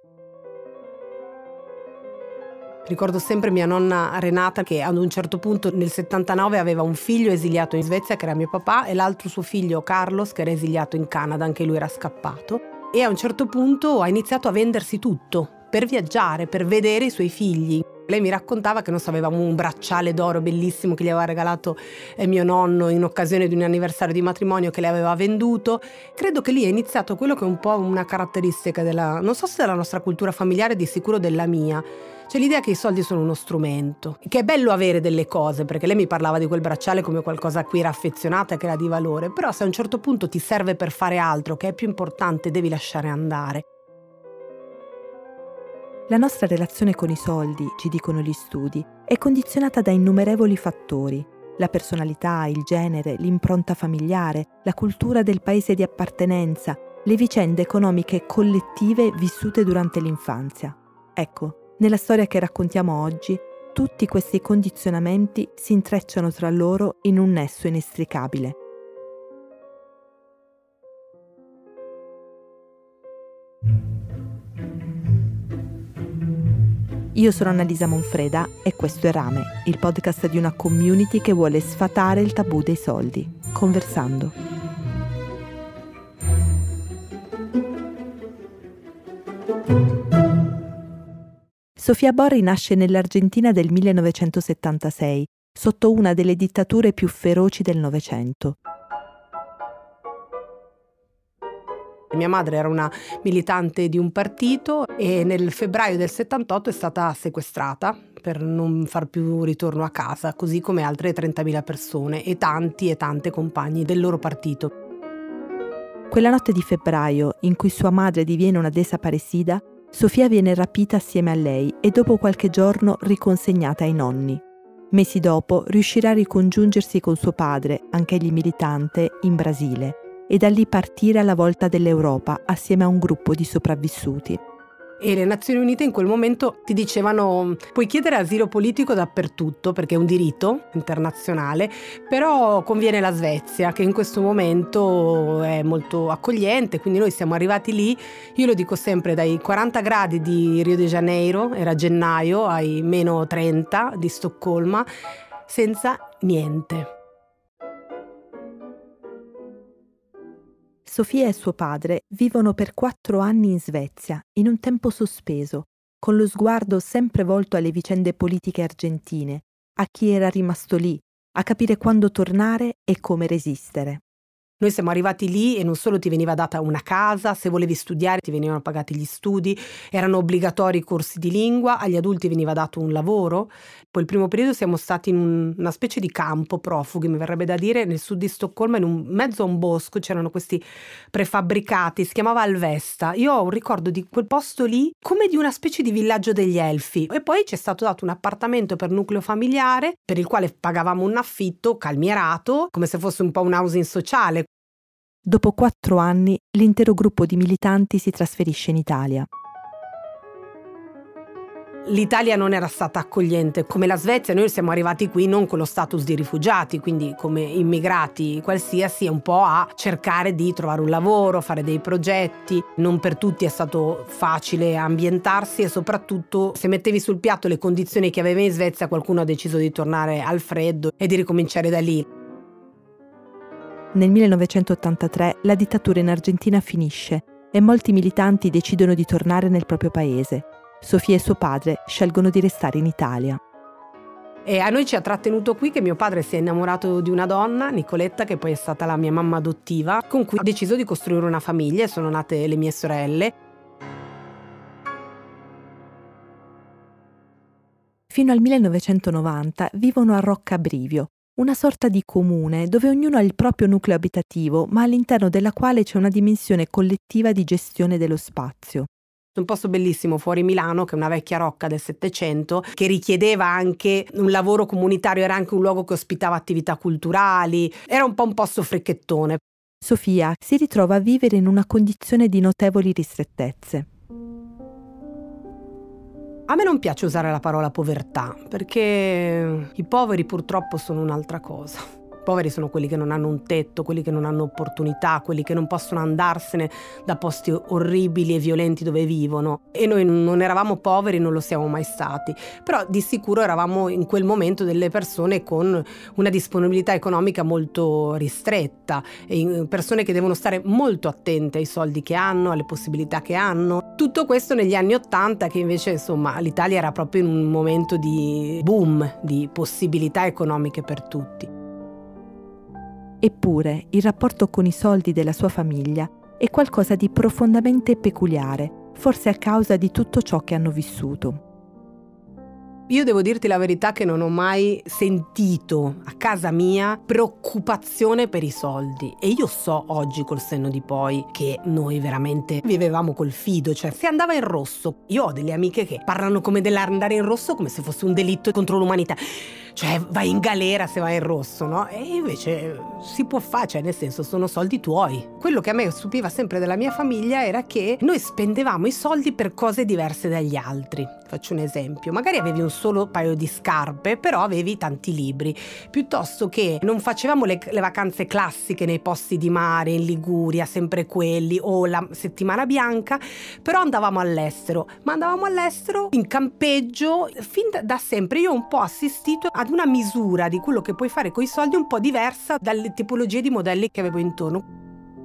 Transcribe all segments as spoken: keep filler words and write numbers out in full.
Ricordo sempre mia nonna Renata che ad un certo punto nel settantanove aveva un figlio esiliato in Svezia che era mio papà e l'altro suo figlio Carlos che era esiliato in Canada, anche lui era scappato, e a un certo punto ha iniziato a vendersi tutto per viaggiare, per vedere i suoi figli. Lei mi raccontava che non so, aveva un bracciale d'oro bellissimo che gli aveva regalato eh, mio nonno in occasione di un anniversario di matrimonio che le aveva venduto. Credo che lì è iniziato quello che è un po' una caratteristica della, non so se della nostra cultura familiare, di sicuro della mia. C'è l'idea che i soldi sono uno strumento, che è bello avere delle cose, perché lei mi parlava di quel bracciale come qualcosa a cui era affezionata e che era di valore, però se a un certo punto ti serve per fare altro, che è più importante, devi lasciare andare. La nostra relazione con i soldi, ci dicono gli studi, è condizionata da innumerevoli fattori. La personalità, il genere, l'impronta familiare, la cultura del paese di appartenenza, le vicende economiche collettive vissute durante l'infanzia. Ecco, nella storia che raccontiamo oggi, tutti questi condizionamenti si intrecciano tra loro in un nesso inestricabile. Io sono Annalisa Monfreda e questo è Rame, il podcast di una community che vuole sfatare il tabù dei soldi, conversando. Sofia Borri nasce nell'Argentina del millenovecentosettantasei, sotto una delle dittature più feroci del Novecento. Mia madre era una militante di un partito e nel febbraio del settantotto è stata sequestrata per non far più ritorno a casa, così come altre trentamila persone e tanti e tante compagni del loro partito. Quella notte di febbraio, in cui sua madre diviene una desaparecida, Sofia viene rapita assieme a lei e dopo qualche giorno riconsegnata ai nonni. Mesi dopo riuscirà a ricongiungersi con suo padre, anch'egli militante, in Brasile, e da lì partire alla volta dell'Europa assieme a un gruppo di sopravvissuti. E le Nazioni Unite in quel momento ti dicevano: puoi chiedere asilo politico dappertutto perché è un diritto internazionale, però conviene la Svezia, che in questo momento è molto accogliente. Quindi noi siamo arrivati lì, io lo dico sempre, dai quaranta gradi di Rio de Janeiro, era gennaio, ai meno trenta di Stoccolma, senza niente. Sofia e suo padre vivono per quattro anni in Svezia, in un tempo sospeso, con lo sguardo sempre volto alle vicende politiche argentine, a chi era rimasto lì, a capire quando tornare e come resistere. Noi siamo arrivati lì e non solo ti veniva data una casa, se volevi studiare ti venivano pagati gli studi, erano obbligatori i corsi di lingua, agli adulti veniva dato un lavoro. Poi il primo periodo siamo stati in un, una specie di campo profughi, mi verrebbe da dire, nel sud di Stoccolma, in un, mezzo a un bosco, c'erano questi prefabbricati, si chiamava Alvesta. Io ho un ricordo di quel posto lì come di una specie di villaggio degli elfi. E poi ci è stato dato un appartamento per nucleo familiare, per il quale pagavamo un affitto calmierato, come se fosse un po' un housing sociale. Dopo quattro anni, l'intero gruppo di militanti si trasferisce in Italia. L'Italia non era stata accogliente come la Svezia, noi siamo arrivati qui non con lo status di rifugiati, quindi come immigrati qualsiasi, un po' a cercare di trovare un lavoro, fare dei progetti. Non per tutti è stato facile ambientarsi e soprattutto se mettevi sul piatto le condizioni che avevi in Svezia, qualcuno ha deciso di tornare al freddo e di ricominciare da lì. Nel millenovecentottantatré la dittatura in Argentina finisce e molti militanti decidono di tornare nel proprio paese. Sofia e suo padre scelgono di restare in Italia. E a noi ci ha trattenuto qui che mio padre si è innamorato di una donna, Nicoletta, che poi è stata la mia mamma adottiva, con cui ha deciso di costruire una famiglia e sono nate le mie sorelle. Fino al millenovecentonovanta vivono a Roccabrivio, una sorta di comune dove ognuno ha il proprio nucleo abitativo, ma all'interno della quale c'è una dimensione collettiva di gestione dello spazio. Un posto bellissimo fuori Milano, che è una vecchia rocca del Settecento, che richiedeva anche un lavoro comunitario, era anche un luogo che ospitava attività culturali, era un po' un posto fricchettone. Sofia si ritrova a vivere in una condizione di notevoli ristrettezze. A me non piace usare la parola povertà, perché i poveri purtroppo sono un'altra cosa. Poveri sono quelli che non hanno un tetto, quelli che non hanno opportunità, quelli che non possono andarsene da posti orribili e violenti dove vivono. E noi non eravamo poveri, non lo siamo mai stati, però di sicuro eravamo in quel momento delle persone con una disponibilità economica molto ristretta, e persone che devono stare molto attente ai soldi che hanno, alle possibilità che hanno. Tutto questo negli anni Ottanta, che invece insomma l'Italia era proprio in un momento di boom, di possibilità economiche per tutti. Eppure il rapporto con i soldi della sua famiglia è qualcosa di profondamente peculiare, forse a causa di tutto ciò che hanno vissuto. Io devo dirti la verità che non ho mai sentito a casa mia preoccupazione per i soldi, e io so oggi col senno di poi che noi veramente vivevamo col fido, cioè se andava in rosso, io ho delle amiche che parlano come dell'andare in rosso come se fosse un delitto contro l'umanità, cioè vai in galera se vai in rosso, no? E invece si può fare, cioè nel senso sono soldi tuoi. Quello che a me stupiva sempre della mia famiglia era che noi spendevamo i soldi per cose diverse dagli altri. Faccio un esempio, magari avevi un solo paio di scarpe, però avevi tanti libri, piuttosto che non facevamo le, le vacanze classiche nei posti di mare, in Liguria, sempre quelli, o la settimana bianca, però andavamo all'estero, ma andavamo all'estero in campeggio. Fin da, da sempre io ho un po' assistito ad una misura di quello che puoi fare con i soldi un po' diversa dalle tipologie di modelli che avevo intorno.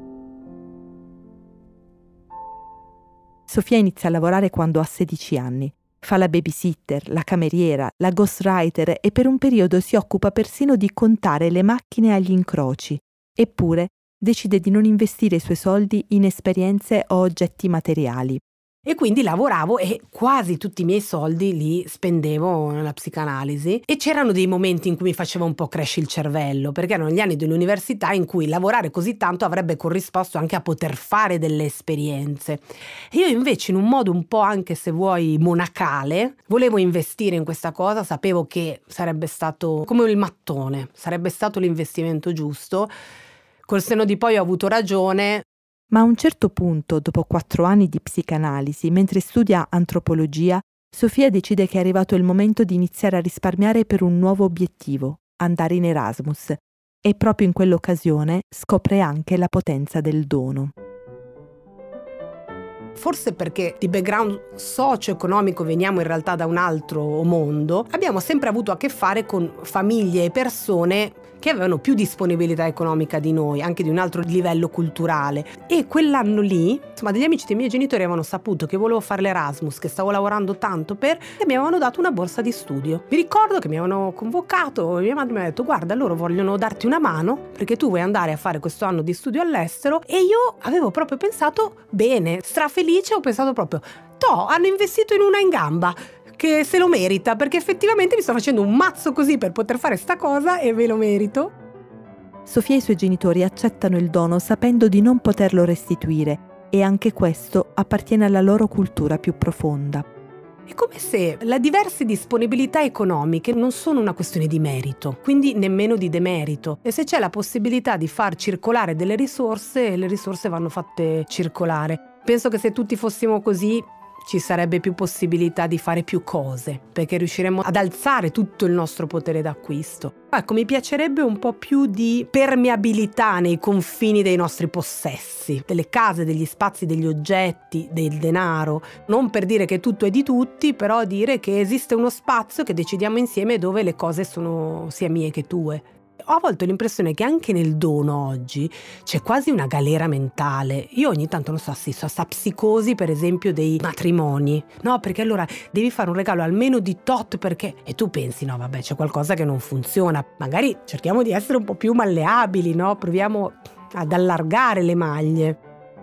Sofia inizia a lavorare quando ha sedici anni. Fa la babysitter, la cameriera, la ghostwriter e per un periodo si occupa persino di contare le macchine agli incroci. Eppure decide di non investire i suoi soldi in esperienze o oggetti materiali. E quindi lavoravo e quasi tutti i miei soldi li spendevo nella psicanalisi, e c'erano dei momenti in cui mi faceva un po' crash il cervello, perché erano gli anni dell'università in cui lavorare così tanto avrebbe corrisposto anche a poter fare delle esperienze. E io invece, in un modo un po' anche se vuoi monacale, volevo investire in questa cosa, sapevo che sarebbe stato come il mattone, sarebbe stato l'investimento giusto. Col senno di poi ho avuto ragione. Ma a un certo punto, dopo quattro anni di psicanalisi, mentre studia antropologia, Sofia decide che è arrivato il momento di iniziare a risparmiare per un nuovo obiettivo, andare in Erasmus. E proprio in quell'occasione scopre anche la potenza del dono. Forse perché di background socio-economico veniamo in realtà da un altro mondo, abbiamo sempre avuto a che fare con famiglie e persone che avevano più disponibilità economica di noi, anche di un altro livello culturale. E quell'anno lì, insomma, degli amici dei miei genitori avevano saputo che volevo fare l'Erasmus, che stavo lavorando tanto per, e mi avevano dato una borsa di studio. Mi ricordo che mi avevano convocato e mia madre mi ha detto: guarda, loro vogliono darti una mano perché tu vuoi andare a fare questo anno di studio all'estero. E io avevo proprio pensato bene, strafelice, ho pensato proprio: toh, hanno investito in una in gamba, che se lo merita, perché effettivamente mi sto facendo un mazzo così per poter fare sta cosa e ve lo merito. Sofia e i suoi genitori accettano il dono sapendo di non poterlo restituire, e anche questo appartiene alla loro cultura più profonda. È come se le diverse disponibilità economiche non sono una questione di merito, quindi nemmeno di demerito. E se c'è la possibilità di far circolare delle risorse, le risorse vanno fatte circolare. Penso che se tutti fossimo così ci sarebbe più possibilità di fare più cose, perché riusciremmo ad alzare tutto il nostro potere d'acquisto. Ecco, mi piacerebbe un po' più di permeabilità nei confini dei nostri possessi, delle case, degli spazi, degli oggetti, del denaro. Non per dire che tutto è di tutti, però dire che esiste uno spazio che decidiamo insieme dove le cose sono sia mie che tue. Ho a volte l'impressione che anche nel dono oggi c'è quasi una galera mentale. Io ogni tanto, non so, assisto a sta psicosi, per esempio, dei matrimoni. No, perché allora devi fare un regalo almeno di tot perché... E tu pensi, no, vabbè, c'è qualcosa che non funziona. Magari cerchiamo di essere un po' più malleabili, no? Proviamo ad allargare le maglie.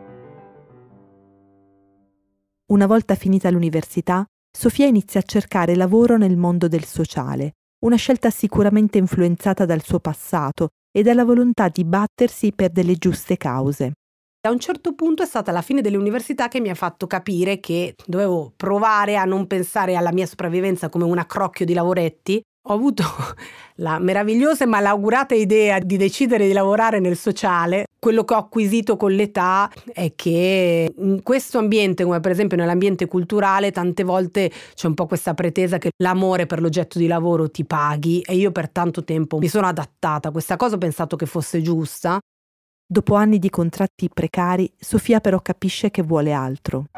Una volta finita l'università, Sofia inizia a cercare lavoro nel mondo del sociale. Una scelta sicuramente influenzata dal suo passato e dalla volontà di battersi per delle giuste cause. A un certo punto è stata la fine dell'università che mi ha fatto capire che dovevo provare a non pensare alla mia sopravvivenza come un accrocchio di lavoretti. Ho avuto la meravigliosa e malaugurata idea di decidere di lavorare nel sociale. Quello che ho acquisito con l'età è che in questo ambiente, come per esempio nell'ambiente culturale, tante volte c'è un po' questa pretesa che l'amore per l'oggetto di lavoro ti paghi, e io per tanto tempo mi sono adattata a questa cosa, ho pensato che fosse giusta. Dopo anni di contratti precari, Sofia però capisce che vuole altro.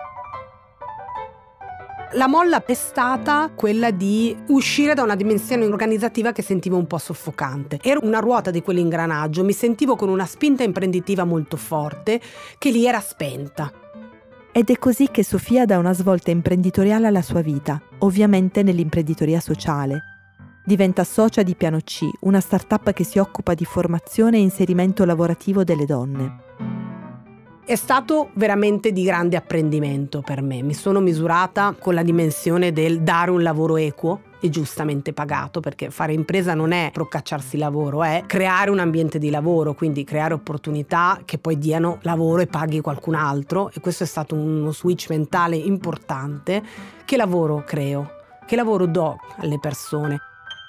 La molla è stata quella di uscire da una dimensione organizzativa che sentivo un po' soffocante. Era una ruota di quell'ingranaggio, mi sentivo con una spinta imprenditiva molto forte che lì era spenta. Ed è così che Sofia dà una svolta imprenditoriale alla sua vita, ovviamente nell'imprenditoria sociale. Diventa socia di Piano C, una startup che si occupa di formazione e inserimento lavorativo delle donne. È stato veramente di grande apprendimento per me. Mi sono misurata con la dimensione del dare un lavoro equo e giustamente pagato, perché fare impresa non è procacciarsi lavoro, è creare un ambiente di lavoro, quindi creare opportunità che poi diano lavoro e paghi qualcun altro, e questo è stato uno switch mentale importante. Che lavoro creo? Che lavoro do alle persone?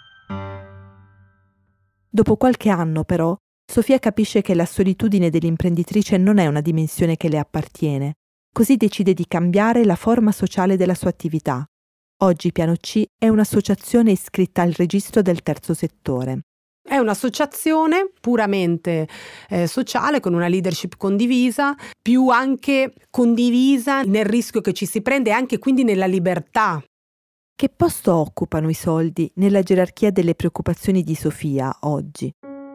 Dopo qualche anno, però, Sofia capisce che la solitudine dell'imprenditrice non è una dimensione che le appartiene, così decide di cambiare la forma sociale della sua attività. Oggi Piano C è un'associazione iscritta al registro del terzo settore. È un'associazione puramente eh, sociale, con una leadership condivisa, più anche condivisa nel rischio che ci si prende e anche quindi nella libertà. Che posto occupano i soldi nella gerarchia delle preoccupazioni di Sofia oggi?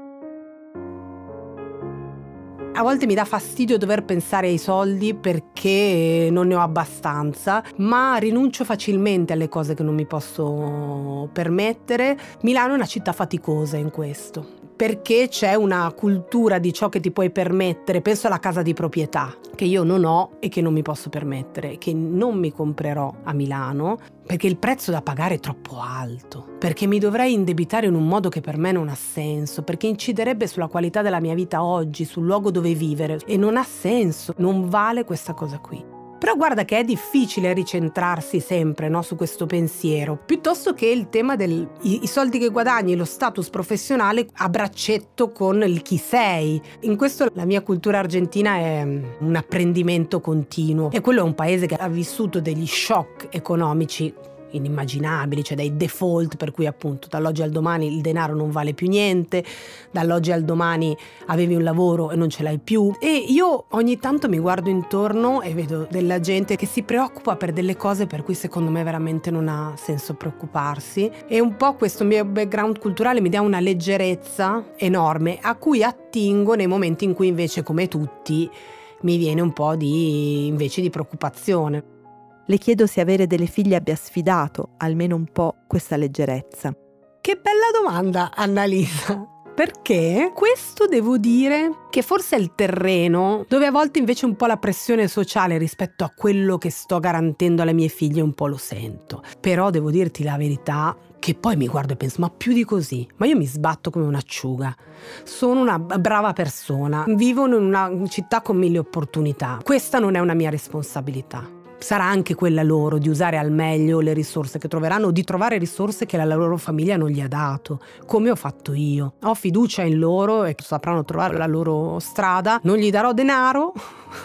A volte mi dà fastidio dover pensare ai soldi perché non ne ho abbastanza, ma rinuncio facilmente alle cose che non mi posso permettere. Milano è una città faticosa in questo, perché c'è una cultura di ciò che ti puoi permettere. Penso alla casa di proprietà, che io non ho e che non mi posso permettere, che non mi comprerò a Milano, perché il prezzo da pagare è troppo alto, perché mi dovrei indebitare in un modo che per me non ha senso, perché inciderebbe sulla qualità della mia vita oggi, sul luogo dove vivere, e non ha senso, non vale questa cosa qui. Però guarda che è difficile ricentrarsi sempre, no, su questo pensiero, piuttosto che il tema dei soldi che guadagni, lo status professionale a braccetto con il chi sei. In questo la mia cultura argentina è un apprendimento continuo, e quello è un paese che ha vissuto degli shock economici inimmaginabili, cioè dei default per cui appunto dall'oggi al domani il denaro non vale più niente, dall'oggi al domani avevi un lavoro e non ce l'hai più. E io ogni tanto mi guardo intorno e vedo della gente che si preoccupa per delle cose per cui secondo me veramente non ha senso preoccuparsi, e un po' questo mio background culturale mi dà una leggerezza enorme a cui attingo nei momenti in cui invece, come tutti, mi viene un po' di invece di preoccupazione. Le chiedo se avere delle figlie abbia sfidato, almeno un po', questa leggerezza. Che bella domanda, Annalisa! Perché questo devo dire che forse è il terreno dove a volte invece un po' la pressione sociale rispetto a quello che sto garantendo alle mie figlie un po' lo sento. Però devo dirti la verità, che poi mi guardo e penso, ma più di così, ma io mi sbatto come un'acciuga. Sono una brava persona, vivo in una città con mille opportunità. Questa non è una mia responsabilità. Sarà anche quella loro di usare al meglio le risorse che troveranno, o di trovare risorse che la loro famiglia non gli ha dato, come ho fatto io. Ho fiducia in loro e sapranno trovare la loro strada. Non gli darò denaro,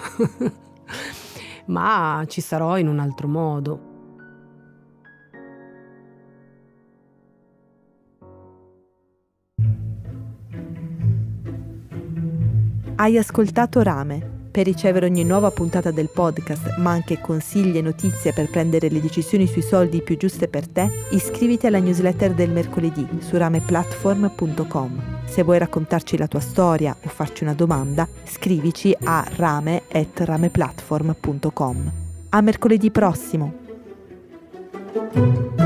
ma ci sarò in un altro modo. Hai ascoltato Rame. Per ricevere ogni nuova puntata del podcast, ma anche consigli e notizie per prendere le decisioni sui soldi più giuste per te, iscriviti alla newsletter del mercoledì su rameplatform punto com. Se vuoi raccontarci la tua storia o farci una domanda, scrivici a rame at rameplatform punto com. A mercoledì prossimo!